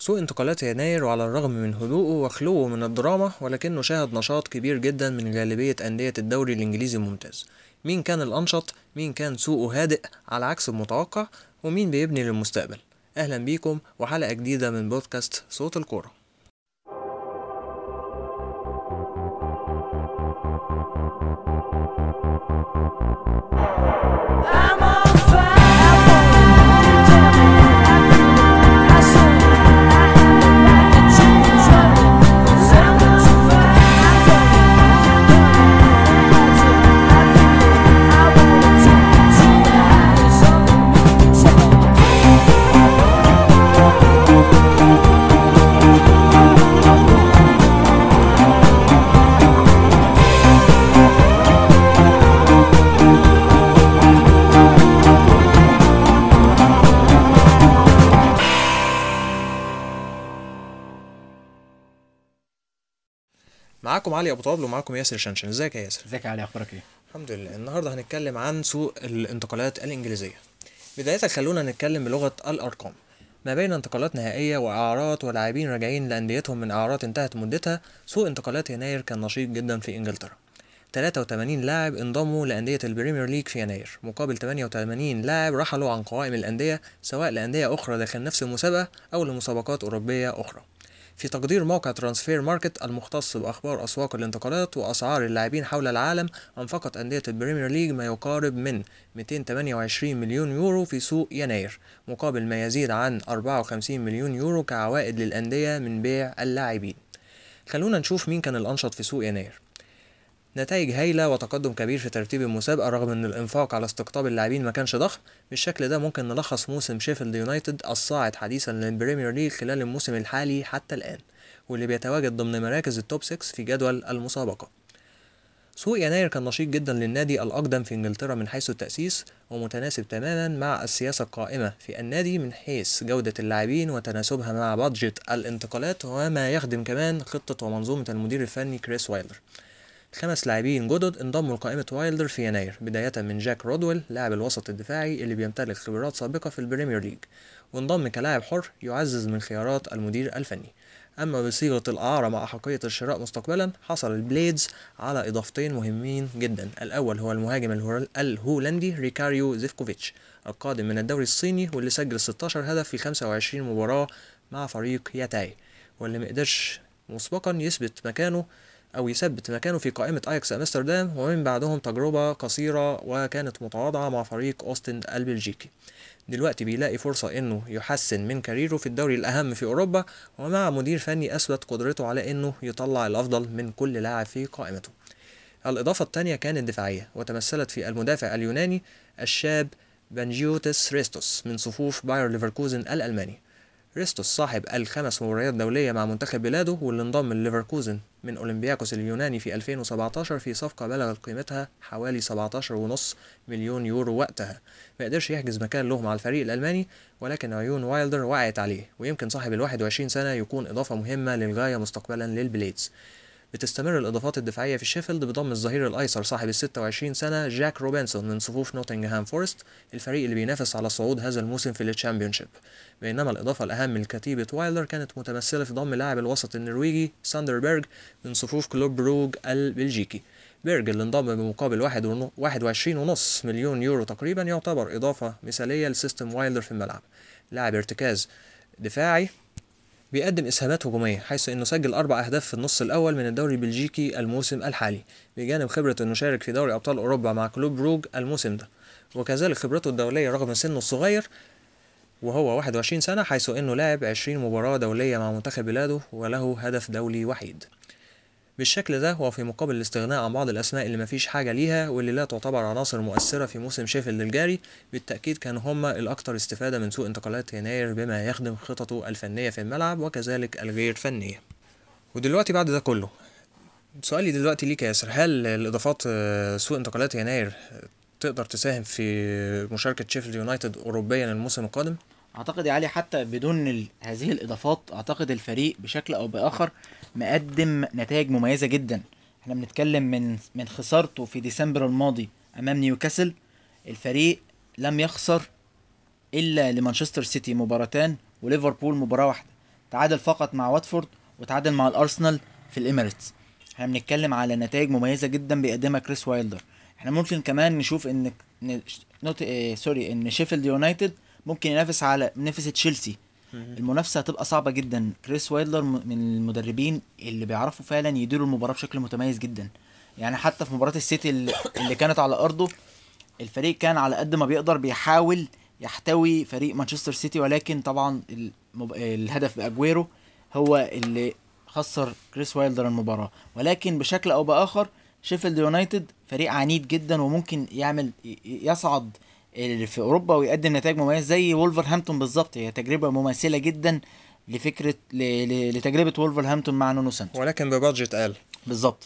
سوق انتقالات يناير وعلى الرغم من هدوءه وخلوه من الدراما ولكنه شهد نشاط كبير جدا من غالبية أندية الدوري الإنجليزي الممتاز. مين كان الأنشط؟ مين كان سوقه هادئ على عكس المتوقع؟ ومين بيبني للمستقبل؟ أهلا بيكم وحلقة جديدة من بودكاست صوت الكورة. معاكم علي ابو طالب ومعاكم ياسر شنشن. ازيك يا ياسر؟ ازيك يا علي، اخبارك ايه؟ الحمد لله. النهارده هنتكلم عن سوق الانتقالات الانجليزيه. بدايه خلونا نتكلم بلغه الارقام ما بين انتقالات نهائيه واعارات ولاعبين راجعين لانديتهم من اعارات انتهت مدتها. سوق انتقالات يناير كان نشيط جدا في انجلترا. 83 لاعب انضموا لانديه البريمير ليج في يناير مقابل 88 لاعب رحلوا عن قوائم الانديه سواء لانديه اخرى داخل نفس المسابقه او لمسابقات اوروبيه اخرى. في تقدير موقع ترانسفير ماركت المختص بأخبار أسواق الانتقالات وأسعار اللاعبين حول العالم، أنفقت أندية البريمير ليج ما يقارب من 228 مليون يورو في سوق يناير مقابل ما يزيد عن 54 مليون يورو كعوائد للأندية من بيع اللاعبين. خلونا نشوف مين كان الأنشط في سوق يناير. نتائج هايلة وتقدم كبير في ترتيب المسابقة رغم ان الانفاق على استقطاب اللاعبين ما كانش ضخم. بالشكل ده ممكن نلخص موسم شيفيلد يونايتد الصاعد حديثا للبريمير ليج خلال الموسم الحالي حتى الآن، واللي بيتواجد ضمن مراكز التوب 6 في جدول المسابقة. سوق يناير كان نشيط جدا للنادي الأقدم في انجلترا من حيث التأسيس، ومتناسب تماما مع السياسة القائمة في النادي من حيث جودة اللاعبين وتناسبها مع بادجت الانتقالات، وما يخدم كمان خطة ومنظومة المدير الفني كريس وايلر. 5 لاعبين جدد انضموا لقائمة وايلدر في يناير، بداية من جاك رودويل لاعب الوسط الدفاعي اللي بيمتلك خبرات سابقة في البريمير ليج وانضم كلاعب حر يعزز من خيارات المدير الفني. أما بصيغة الإعارة مع أحقية الشراء مستقبلا، حصل البليدز على إضافتين مهمين جدا. الأول هو المهاجم الهولندي ريكاريو زيفكوفيتش القادم من الدوري الصيني، واللي سجل 16 هدف في 25 مباراة مع فريق ياتاي، واللي مقدرش مسبقا يثبت مكانه في قائمة اياكس امستردام، ومن بعدهم تجربة قصيرة وكانت متواضعة مع فريق اوستند البلجيكي. دلوقتي بيلاقي فرصة انه يحسن من كاريره في الدوري الاهم في اوروبا، ومع مدير فني اثبت قدرته على انه يطلع الافضل من كل لاعب في قائمته. الاضافة الثانية كانت دفاعية وتمثلت في المدافع اليوناني الشاب بانجيوتس ريستوس من صفوف باير ليفركوزن الالماني. ريستوس صاحب ال5 مباريات دولية مع منتخب بلاده، واللي انضم لليفركوزن من أولمبياكوس اليوناني في 2017 في صفقة بلغت قيمتها حوالي 17.5 مليون يورو وقتها. ما قدرش يحجز مكان له مع الفريق الألماني، ولكن عيون وايلدر وقعت عليه، ويمكن صاحب ال21 سنة يكون إضافة مهمة للغاية مستقبلا للبليدز. بتستمر الإضافات الدفاعية في شيفيلد بضم الظهير الأيسر صاحب ال26 سنة جاك روبنسون من صفوف نوتنغهام فورست، الفريق اللي بينافس على الصعود هذا الموسم في التشامبيونشيب. بينما الإضافة الأهم من كتيبة وايلر كانت متمثلة في ضم لاعب الوسط النرويجي ساندر بيرغ من صفوف كلوب بروج البلجيكي. بيرغ اللي انضم بمقابل 21.5 مليون يورو تقريبا يعتبر إضافة مثالية لسيستم وايلر في الملعب. لاعب ارتكاز دفاعي بيقدم إسهامات هجومية، حيث إنه سجل 4 أهداف في النص الأول من الدوري البلجيكي الموسم الحالي، بجانب خبرة إنه شارك في دوري أبطال أوروبا مع كلوب بروج الموسم ده، وكذلك خبرته الدولية رغم سنه الصغير وهو 21 سنة، حيث إنه لعب 20 مباراة دولية مع منتخب بلاده وله هدف دولي وحيد. بالشكل ده وفي مقابل الاستغناء عن بعض الأسماء اللي مفيش حاجة ليها واللي لا تعتبر عناصر مؤثرة في موسم شيفيلد الجاري، بالتأكيد كانوا هما الأكثر استفادة من سوق انتقالات يناير بما يخدم خططه الفنية في الملعب وكذلك الغير فنية. ودلوقتي بعد ده كله، سؤالي دلوقتي ليك يا ياسر، هل الإضافات سوق انتقالات يناير تقدر تساهم في مشاركة شيفيلد يونايتد أوروبيا الموسم القادم؟ اعتقد يا علي حتى بدون هذه الاضافات اعتقد الفريق بشكل او باخر مقدم نتائج مميزة جدا. احنا بنتكلم من خسارته في ديسمبر الماضي امام نيوكاسل، الفريق لم يخسر الا لمانشستر سيتي مباراتان وليفربول مباراة واحدة. تعادل فقط مع واتفورد وتعادل مع الارسنال في الاميريتس. احنا بنتكلم على نتائج مميزه جدا بيقدمها كريس وايلدر. احنا ممكن كمان نشوف ان ان شيفيلد يونايتد ممكن ينافس على منافسه تشيلسي. المنافسه هتبقى صعبه جدا. كريس وايلدر من المدربين اللي بيعرفوا فعلا يديروا المباراه بشكل متميز جدا. يعني حتى في مباراه السيتي اللي كانت على ارضه، الفريق كان على قد ما بيقدر بيحاول يحتوي فريق مانشستر سيتي، ولكن طبعا الهدف باجويرو هو اللي خسر كريس وايلدر المباراة. ولكن بشكل او باخر شيفيلد يونايتد فريق عنيد جدا وممكن يصعد في اوروبا ويقدم نتائج مميزة زي وولفرهامبتون بالظبط. هي تجربة مماثلة جدا لفكرة لتجربة وولفرهامبتون مع نونو سانتو، ولكن ببادجت اقل. بالظبط.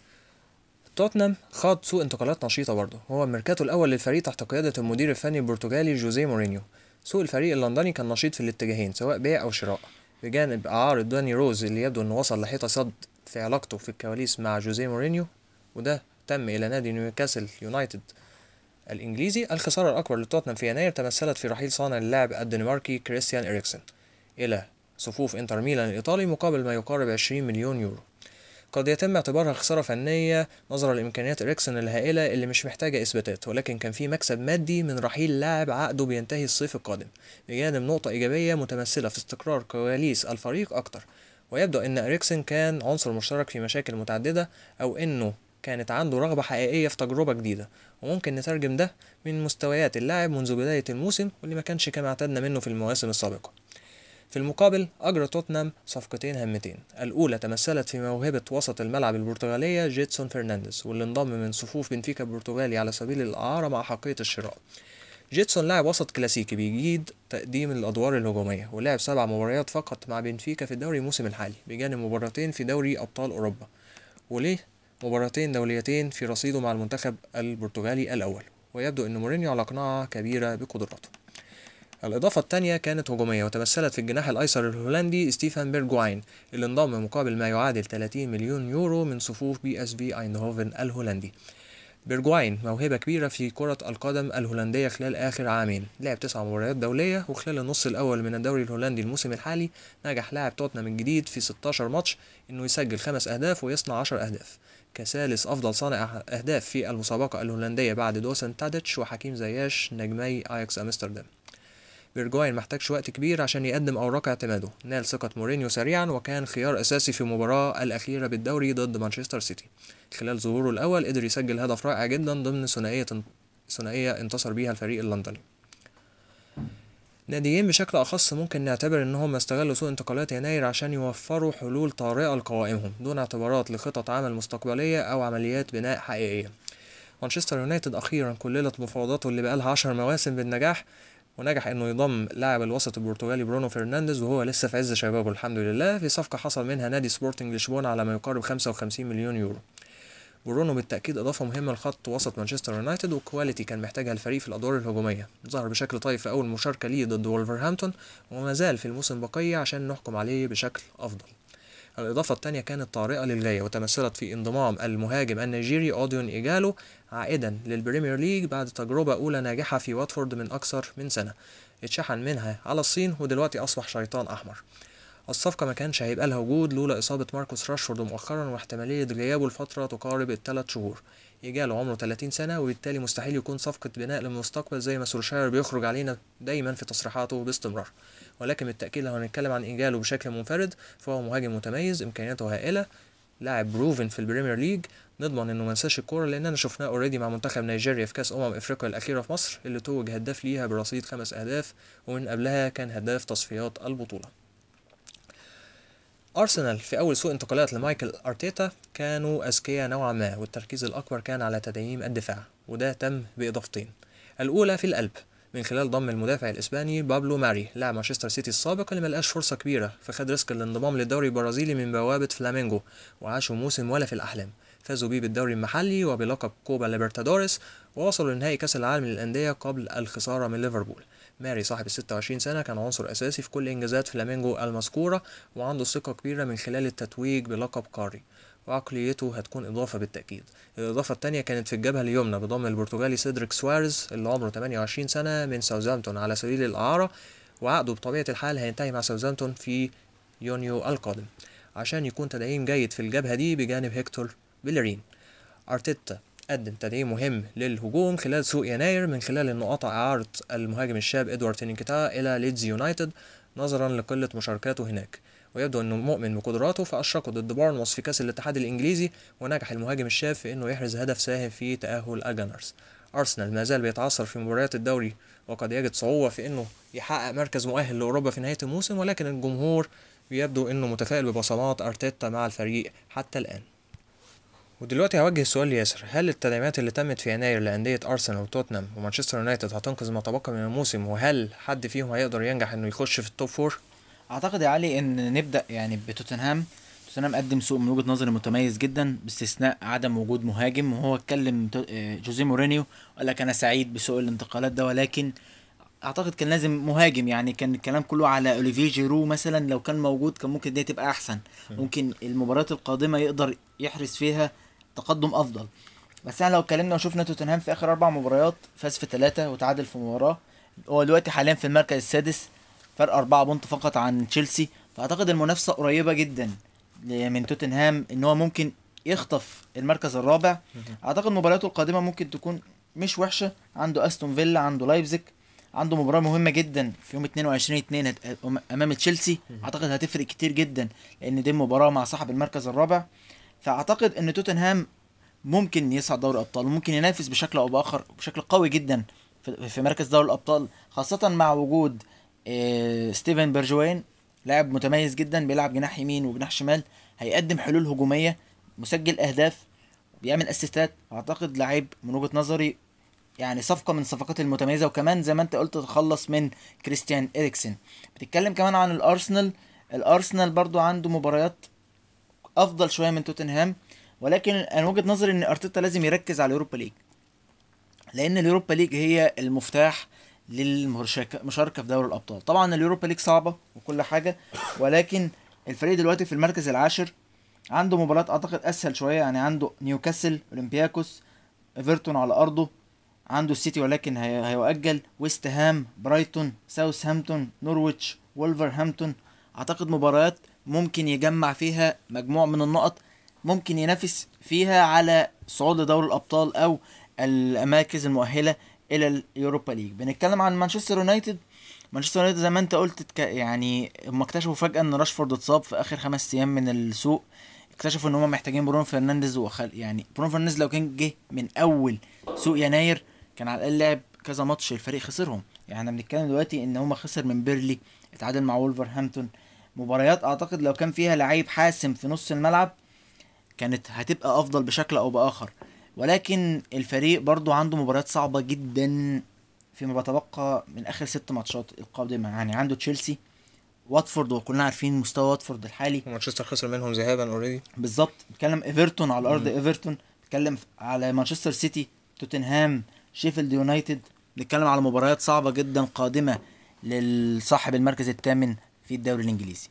توتنهام خاض سوق انتقالات نشيطة برضه، هو الميركاتو الأول للفريق تحت قيادة المدير الفني البرتغالي جوزيه مورينيو. سوق الفريق اللندني كان نشيط في الاتجاهين سواء بيع أو شراء، بجانب إعارة داني روز اللي يبدو إنه وصل لحيطة صد في علاقته في الكواليس مع جوزيه مورينيو، وده تم إلى نادي نيوكاسل يونايتد الإنجليزي. الخسارة الأكبر لتوتنهام في يناير تمثلت في رحيل صانع اللاعب الدنماركي كريستيان إريكسن إلى صفوف إنتر ميلان الإيطالي مقابل ما يقارب 20 مليون يورو. قد يتم اعتبارها خسارة فنية نظرا لإمكانيات إريكسن الهائلة اللي مش محتاجة إثباتات، ولكن كان في مكسب مادي من رحيل لاعب عقده بينتهي الصيف القادم، بجانب نقطة إيجابية متمثلة في استقرار كواليس الفريق أكتر. ويبدو أن إريكسن كان عنصر مشترك في مشاكل متعددة، أو أنه كانت عنده رغبة حقيقية في تجربة جديدة، وممكن نترجم ده من مستويات اللاعب منذ بداية الموسم واللي ما كانش كما اعتدنا منه في المواسم السابقة. في المقابل أجرى توتنهام صفقتين هامتين، الأولى تمثلت في موهبة وسط الملعب البرتغالية جيتسون فرنانديز، واللي انضم من صفوف بنفيكا البرتغالي على سبيل الإعارة مع حقية الشراء. جيتسون لاعب وسط كلاسيكي بيجيد تقديم الأدوار الهجومية، ولعب 7 مباريات فقط مع بنفيكا في الدوري الموسم الحالي، بجانب مباراتين في دوري أبطال أوروبا، وليه مباراتين دوليتين في رصيده مع المنتخب البرتغالي الأول. ويبدو أن مورينيو على قناعة كبيرة بقدراته. الإضافة الثانية كانت هجومية وتمثلت في الجناح الأيسر الهولندي ستيفان بيرغواين، اللي انضم مقابل ما يعادل 30 مليون يورو من صفوف بي اس في ايندهوفن الهولندي. بيرغواين موهبة كبيرة في كرة القدم الهولندية خلال آخر عامين، لعب 9 مباريات دولية، وخلال النص الأول من الدوري الهولندي الموسم الحالي نجح لاعب توتنهام الجديد في 16 ماتش إنه يسجل 5 أهداف ويصنع 10 أهداف، كثالث أفضل صانع أهداف في المسابقة الهولندية بعد دوسن تاديتش وحكيم زياش نجمي أياكس أمستردام. بيرغواين محتاجش وقت كبير عشان يقدم أوراق اعتماده، نال ثقة مورينيو سريعا وكان خيار أساسي في المباراة الأخيرة بالدوري ضد مانشستر سيتي. خلال ظهوره الأول قدر يسجل هدف رائع جدا ضمن ثنائية انتصر بيها الفريق اللندني. ناديين بشكل أخص ممكن نعتبر إنهم استغلوا سوق انتقالات يناير عشان يوفروا حلول طارئة لقوائمهم دون اعتبارات لخطط عمل مستقبلية أو عمليات بناء حقيقية. مانشستر يونايتد أخيرا كللت مفاوضاته اللي بقالها 10 مواسم بالنجاح، ونجح انه يضم لاعب الوسط البرتغالي برونو فرنانديز وهو لسه في عز شبابه الحمد لله، في صفقة حصل منها نادي سبورتنج لشبونة على ما يقارب 55 مليون يورو. برونو بالتأكيد إضافة مهمة لخط وسط مانشستر يونايتد، وكواليتي كان محتاجها الفريق في الأدوار الهجومية. ظهر بشكل طيب في أول مشاركة ليه ضد وولفرهامبتون، وما زال في الموسم بقية عشان نحكم عليه بشكل أفضل. الإضافة الثانية كانت طارئة للغاية وتمثلت في انضمام المهاجم النيجيري أوديون إيجالو عائدا للبريمير ليج بعد تجربة أولى ناجحة في واتفورد من أكثر من سنة، اتشحن منها على الصين ودلوقتي أصبح شيطان أحمر. الصفقة ما كانش هيبقى لها وجود لولا إصابة ماركوس راشفورد مؤخرا واحتمالية غيابه لفترة تقارب ال3 شهور. إيجالو عمره 30 سنة وبالتالي مستحيل يكون صفقة بناء للمستقبل زي ما سولشاير بيخرج علينا دايما في تصريحاته باستمرار. ولكن بالتأكيد لو هنتكلم عن إيجالو بشكل منفرد فهو مهاجم متميز، إمكانياته هائلة، لاعب بروفن في البريمير ليج، نضمن انه منساش الكورة لاننا شفناه اوريدي مع منتخب نيجيريا في كاس افريقيا الاخيرة في مصر اللي توج هداف ليها برصيد 5 اهداف، ومن قبلها كان هداف تصفيات البطولة. أرسنال في أول سوق انتقالات لمايكل أرتيتا كانوا أذكياء نوعا ما، والتركيز الأكبر كان على تدعيم الدفاع، وده تم بإضافتين. الأولى في القلب من خلال ضم المدافع الإسباني بابلو ماري لاعب مانشستر سيتي السابق اللي ملقاش فرصة كبيرة فخد ريسك الانضمام للدوري البرازيلي من بوابة فلامينجو وعاشوا موسم ولا في الأحلام. فازوا بيه بالدوري المحلي وبلقب كوبا ليبرتادوريس ووصلوا لنهائي كأس العالم للأندية قبل الخسارة من ليفربول. ماري صاحب 26 سنة كان عنصر أساسي في كل إنجازات فلامينجو المذكورة وعنده ثقة كبيرة من خلال التتويج بلقب قاري، وعقليته هتكون إضافة بالتأكيد. الإضافة التانية كانت في الجبهة اليمنى بضم البرتغالي سيدريك سواريز اللي عمره 28 سنة من ساوثهامبتون على سبيل الإعارة، وعقده بطبيعة الحال هينتهي مع ساوثهامبتون في يونيو القادم عشان يكون تدعيم جيد في الجبهة دي بجانب هيكتور بيلرين. أرتيتا قدم تدعيم مهم للهجوم خلال سوق يناير من خلال انه قطع إعارة المهاجم الشاب إدوارد تينيكيتا إلى ليدز يونايتد نظرا لقلة مشاركاته هناك، ويبدو انه مؤمن بقدراته فأشركه ضد بورنموث في كأس الاتحاد الإنجليزي، ونجح المهاجم الشاب في انه يحرز هدف ساهم في تأهل الجانرز. أرسنال ما زال بيتعثر في مباريات الدوري وقد يجد صعوبة في انه يحقق مركز مؤهل لأوروبا في نهاية الموسم، ولكن الجمهور بيبدو انه متفائل ببصمات أرتيتا مع الفريق حتى الآن. ودلوقتي هوجه السؤال لياسر، هل التدعيمات اللي تمت في يناير لأندية أرسنال وتوتنهام ومانشستر يونايتد هتنقذ ما تبقى من الموسم، وهل حد فيهم هيقدر ينجح انه يخش في التوب فور؟ اعتقد يا علي ان نبدا يعني بتوتنهام. توتنهام قدم سوق من وجهه نظري متميز جدا باستثناء عدم وجود مهاجم، وهو اتكلم جوزيه مورينيو قال لك انا سعيد بسوق الانتقالات ده، ولكن اعتقد كان لازم مهاجم. يعني كان الكلام كله على اوليفيه جيرو مثلا، لو كان موجود كان ممكن دي تبقى احسن، ممكن المباريات القادمه يقدر يحرز فيها تقدم افضل. بس احنا لو اتكلمنا وشفنا توتنهام في اخر 4 مباريات فاز في 3 وتعادل في مباراه، هو دلوقتي حاليا في المركز السادس، فرق 4 بونت فقط عن تشيلسي. فاعتقد المنافسه قريبه جدا من توتنهام ان هو ممكن يخطف المركز الرابع. اعتقد مبارياته القادمه ممكن تكون مش وحشه، عنده استون فيلا، عنده لايبزيج، عنده مباراه مهمه جدا في يوم 22/2 امام تشيلسي. اعتقد هتفرق كتير جدا لان دي مباراه مع صاحب المركز الرابع. فاعتقد ان توتنهام ممكن يصعد دوري الابطال، وممكن ينافس بشكل او باخر بشكل قوي جدا في مركز دوري الابطال، خاصه مع وجود ستيفن بيرجوين، لاعب متميز جدا بيلعب جناح يمين وجناح شمال، هيقدم حلول هجوميه، مسجل اهداف، بيعمل اسيستات. اعتقد لعيب من وجهه نظري يعني صفقه من الصفقات المتميزه، وكمان زي ما انت قلت تخلص من كريستيان إريكسن. بتتكلم كمان عن الارسنال برضو عنده مباريات افضل شويه من توتنهام، ولكن انا وجهه نظري ان ارتيتا لازم يركز على اليوروبا ليج، لان اليوروبا ليج هي المفتاح للمشاركه في دوري الابطال. طبعا اليوروبا ليج صعبه وكل حاجه، ولكن الفريق دلوقتي في المركز العاشر عنده مباراه اعتقد اسهل شويه. يعني عنده نيوكاسل، اولمبياكوس، ايفرتون على ارضه، عنده السيتي ولكن هيؤجل، ويست هام، برايتون، ساوثهامبتون، نورويتش، وولفرهامبتون. اعتقد مباريات ممكن يجمع فيها مجموع من النقط، ممكن ينافس فيها على صعود لدوري الابطال او الاماكن المؤهله الى اليوروبا ليج. بنتكلم عن مانشستر يونايتد. مانشستر يونايتد زي ما انت قلت يعني هم اكتشفوا فجاه ان راشفورد اتصاب في اخر 5 ايام من السوق، اكتشفوا ان هم محتاجين برونو فرنانديز يعني برونو فرنانديز لو كان جه من اول سوق يناير كان على الاقل لعب كذا ماتش الفريق خسرهم. يعني احنا بنتكلم دلوقتي ان هم خسر من بيرلي، اتعادل مع وولفرهامبتون، مباريات اعتقد لو كان فيها لعيب حاسم في نص الملعب كانت هتبقى افضل بشكل او باخر. ولكن الفريق برضو عنده مباريات صعبة جدا فيما بتبقى من اخر 6 ماتشات القادمة. يعني عنده تشيلسي، واتفورد، وكلنا عارفين مستوى واتفورد الحالي، ومانشستر خسر منهم ذهابا اوريدي. بالظبط. بتكلم ايفرتون على ارض ايفرتون، بتكلم على مانشستر سيتي، توتنهام، شيفيلد يونايتد. بنتكلم على مباريات صعبة جدا قادمة للصاحب المركز الثامن في الدوري الانجليزي.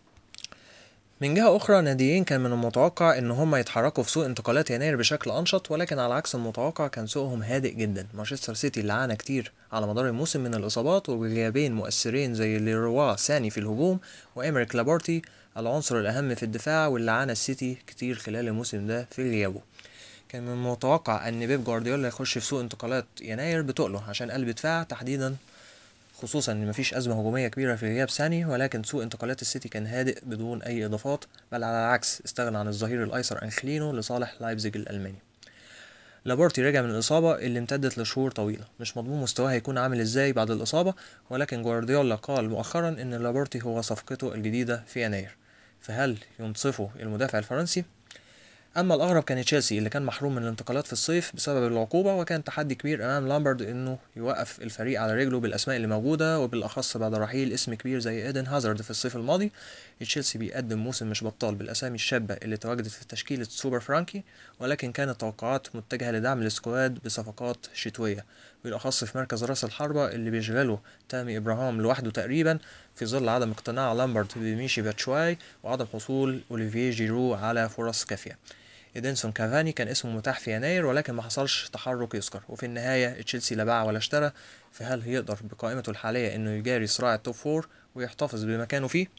من جهة أخرى، ناديين كان من المتوقع إن هم يتحركوا في سوق انتقالات يناير بشكل أنشط، ولكن على عكس المتوقع كان سوقهم هادئ جدا. مانشستر سيتي اللي عانى كتير على مدار الموسم من الإصابات وبغيابين مؤثرين زي ليروا ساني في الهجوم وإيمريك لابورتي العنصر الأهم في الدفاع، واللي عانى السيتي كتير خلال الموسم ده في غيابه. كان من المتوقع أن بيب جوارديولا يخش في سوق انتقالات يناير بتقله عشان قلب دفاع تحديدا، خصوصا ان مفيش ازمه هجوميه كبيره في غياب ساني، ولكن سوق انتقالات السيتي كان هادئ بدون اي اضافات، بل على العكس استغنى عن الظهير الايسر انخلينو لصالح لايبزيج الالماني. لابورتي رجع من الاصابه اللي امتدت لشهور طويله، مش مضمون مستواه هيكون عامل ازاي بعد الاصابه، ولكن جوارديولا قال مؤخرا ان لابورتي هو صفقته الجديده في يناير. فهل ينصفه المدافع الفرنسي؟ اما الاغرب كان تشيلسي اللي كان محروم من الانتقالات في الصيف بسبب العقوبه، وكان تحدي كبير امام لامبرد انه يوقف الفريق على رجله بالاسماء اللي موجوده، وبالاخص بعد رحيل اسم كبير زي ايدن هازارد في الصيف الماضي. تشيلسي بيقدم موسم مش بطال بالاسامي الشابه اللي تواجدت في تشكيله سوبر فرانكي، ولكن كانت التوقعات متجهه لدعم السكواد بصفقات شتويه، بالاخص في مركز راس الحربه اللي بيشغله تامي ابراهام لوحده تقريبا، في ظل عدم اقتناع لامبرد بميشي باتشواي وعدم حصول اوليفيه جيرو على فرص كافيه. إدينسون كافاني كان اسمه متاح في يناير، ولكن ما حصلش تحرك يذكر، وفي النهاية تشيلسي لا باع ولا اشترى. فهل هيقدر بقائمته الحالية انه يجاري صراع التوب فور ويحتفظ بمكانه فيه؟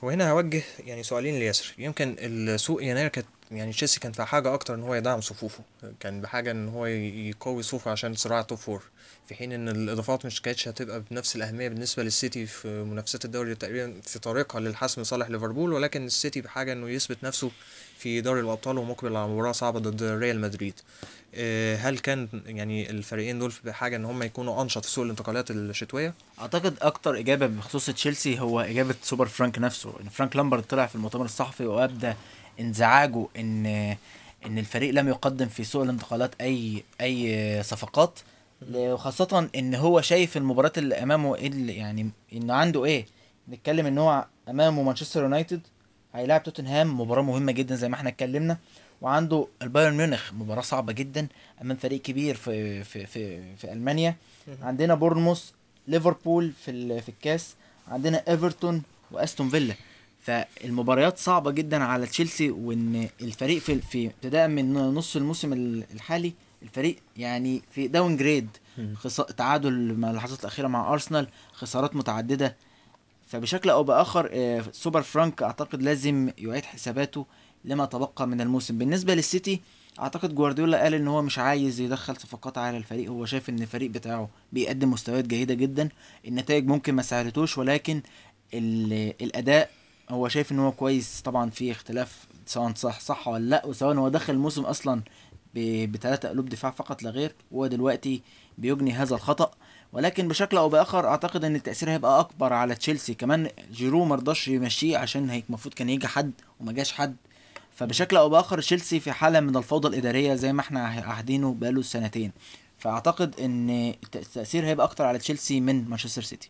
وهنا هوجه يعني سؤالين لياسر. يمكن السوق يناير كانت يعني تشيلسي كان في حاجة أكتر إن هو يدعم صفوفه، كان بحاجة إن هو يقوي صفوفه عشان صراع التوب فور، في حين إن الإضافات مش كانتش هتبقى بنفس الأهمية بالنسبة للسيتي في منافسات الدوري تقريبا في طريقها للحسم لصالح ليفربول، ولكن السيتي بحاجة إنه يثبت نفسه في دوري الأبطال ومقبل على مباراة صعبة ضد ريال مدريد. هل كان يعني الفريقين دول بحاجة إن هم يكونوا أنشط في سوق الانتقالات الشتوية؟ اعتقد اكتر اجابه بخصوص تشيلسي هو اجابه سوبر فرانك نفسه، ان فرانك لامبرد طلع في المؤتمر الصحفي وابدى انزعاجه ان الفريق لم يقدم في سوق الانتقالات اي صفقات، وخاصه ان هو شايف المباراه اللي امامه إيه اللي يعني انه عنده ايه. نتكلم ان هو امامه مانشستر يونايتد، هيلاعب توتنهام مباراه مهمه جدا زي ما احنا اتكلمنا، وعنده البايرن ميونخ مباراه صعبه جدا امام فريق كبير في المانيا. عندنا بورنموث، ليفربول في الكاس، عندنا ايفرتون واستون فيلا. فالمباريات صعبه جدا على تشيلسي، وان الفريق في ابتداء من نص الموسم الحالي الفريق يعني في داون جريد، تعادل مع اللحظات الاخيره مع ارسنال، خسارات متعدده. فبشكل او باخر سوبر فرانك اعتقد لازم يعيد حساباته لما تبقى من الموسم. بالنسبه للسيتي، اعتقد جوارديولا قال ان هو مش عايز يدخل صفقات على الفريق، هو شايف ان الفريق بتاعه بيقدم مستويات جيده جدا، النتائج ممكن ما ساعدتوش، ولكن الاداء هو شايف ان هو كويس. طبعا في اختلاف سواء صح ولا لا، وسواء هو دخل الموسم اصلا بثلاثة قلوب دفاع فقط لا غير، وهو دلوقتي بيجني هذا الخطأ. ولكن بشكل او باخر اعتقد ان التاثير هيبقى اكبر على تشيلسي. كمان جيرو مرضاش يمشيه عشان هيك المفروض كان يجي حد وما جاش حد. فبشكل او باخر تشيلسي في حاله من الفوضى الاداريه زي ما احنا عاهدينه بقاله سنتين. فاعتقد ان التاثير هيبقى اكتر على تشيلسي من مانشستر سيتي.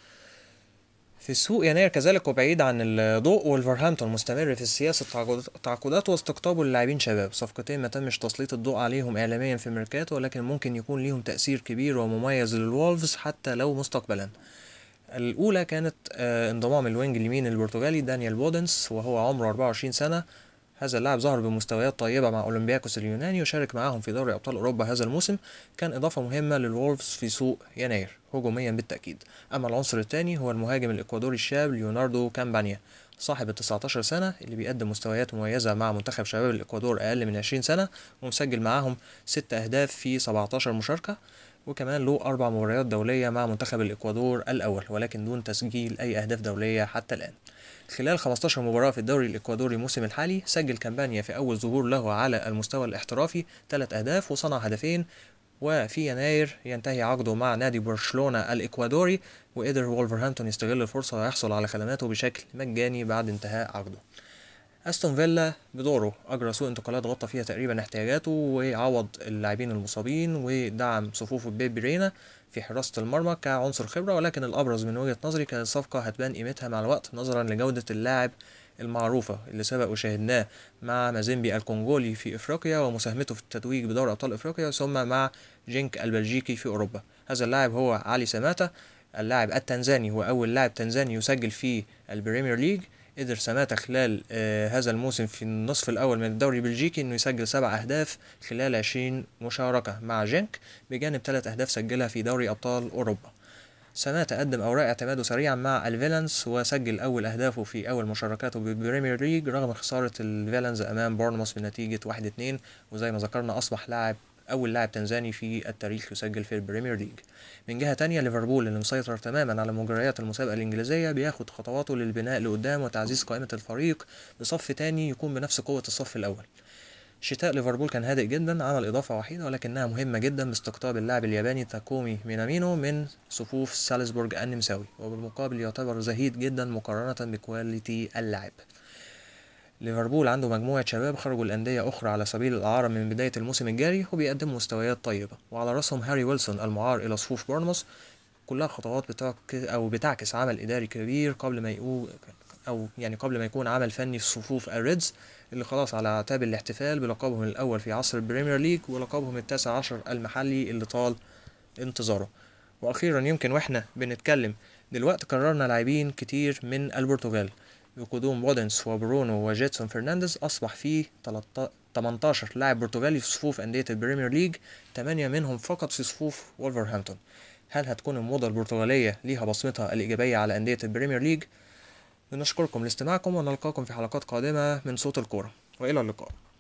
في السوق يناير كذلك وبعيد عن الضوء، وولفرهامبتون مستمر في سياسة تعاقدات واستقطابه للاعبين شباب، صفقتين ما تمش تسليط الضوء عليهم إعلاميا في الميركاتو، ولكن ممكن يكون ليهم تأثير كبير ومميز للوولفز حتى لو مستقبلا. الأولى كانت انضمام الوينج اليمين البرتغالي دانيال بودنس، وهو عمره 24 سنة. هذا اللاعب ظهر بمستويات طيبة مع أولمبياكوس اليوناني وشارك معاهم في دوري أبطال أوروبا هذا الموسم، كان إضافة مهمة للوولفز في سوق يناير هجوميا بالتأكيد. أما العنصر الثاني هو المهاجم الإكوادوري الشاب ليوناردو كامبانيا، صاحب ال 19 سنة، اللي بيقدم مستويات مميزة مع منتخب شباب الإكوادور أقل من 20 سنة، ومسجل معاهم 6 أهداف في 17 مشاركة، وكمان له 4 مباريات دولية مع منتخب الإكوادور الأول، ولكن دون تسجيل أي أهداف دولية حتى الآن. خلال 15 مباراة في الدوري الإكوادوري الموسم الحالي، سجل كامبانيا في أول ظهور له على المستوى الاحترافي 3 أهداف وصنع هدفين. وفي يناير ينتهي عقده مع نادي برشلونة الإكوادوري، وقدر وولفرهامبتون يستغل الفرصة ويحصل على خدماته بشكل مجاني بعد انتهاء عقده. استون فيلا بدوره اجرى سوق انتقالات غطى فيها تقريبا احتياجاته وعوض اللاعبين المصابين ودعم صفوف بيبي رينا في حراسة المرمى كعنصر خبرة، ولكن الأبرز من وجهة نظري كانت الصفقة هتبان قيمتها مع الوقت نظرا لجودة اللاعب المعروفة اللي سبق وشاهدناه مع مازيمبي الكونغولي في إفريقيا ومساهمته في التتويج بدوري أبطال إفريقيا، ثم مع جينك البلجيكي في أوروبا. هذا اللاعب هو علي سماتا، اللاعب التنزاني، هو أول لاعب تنزاني يسجل في البريمير ليج. قدر سماتا خلال هذا الموسم في النصف الأول من الدوري البلجيكي إنه يسجل 7 أهداف خلال 20 مشاركة مع جنك، بجانب 3 أهداف سجلها في دوري أبطال أوروبا. سماتا قدم أوراق اعتماده سريعا مع الفيلانز وسجل أول أهدافه في أول مشاركاته بالبريمير ليج رغم خسارة الفيلانز أمام بورنموث بنتيجة 1-2، وزي ما ذكرنا أصبح أول لاعب تنزاني في التاريخ يسجل في البريمير ليج. من جهة تانية، ليفربول اللي مسيطر تماما على مجريات المسابقة الإنجليزية بياخد خطواته للبناء لقدام وتعزيز قائمة الفريق بصف تاني يكون بنفس قوة الصف الأول. شتاء ليفربول كان هادئ جدا، عمل إضافة وحيدة ولكنها مهمة جدا باستقطاب اللاعب الياباني تاكومي مينامينو من صفوف سالزبورج النمساوي، وبالمقابل يعتبر زهيد جدا مقارنة بكواليتي اللاعب. ليفربول عنده مجموعة شباب خرجوا الأندية أخرى على سبيل الإعارة من بداية الموسم الجاري وبيقدموا مستويات طيبة، وعلى رأسهم هاري ويلسون المعار إلى صفوف بورنموث. كلها خطوات بتعكس عمل إداري كبير قبل ما يكون عمل فني في صفوف الريدز اللي خلاص على اعتاب الاحتفال بلقبهم الأول في عصر البريمير ليج ولقبهم التاسع عشر المحلي اللي طال انتظاره. وأخيرا يمكن وإحنا بنتكلم دلوقتي قررنا لاعبين كتير من البرتغال بقدوم بودنس وبرونو وجيتسون فرنانديز. أصبح فيه 18 لاعب برتغالي في صفوف أندية البريمير ليج، 8 منهم فقط في صفوف وولفرهامبتون. هل هتكون الموضة البرتغالية ليها بصمتها الإيجابية على أندية البريمير ليج؟ نشكركم لاستماعكم ونلقاكم في حلقات قادمة من صوت الكورة، وإلى اللقاء.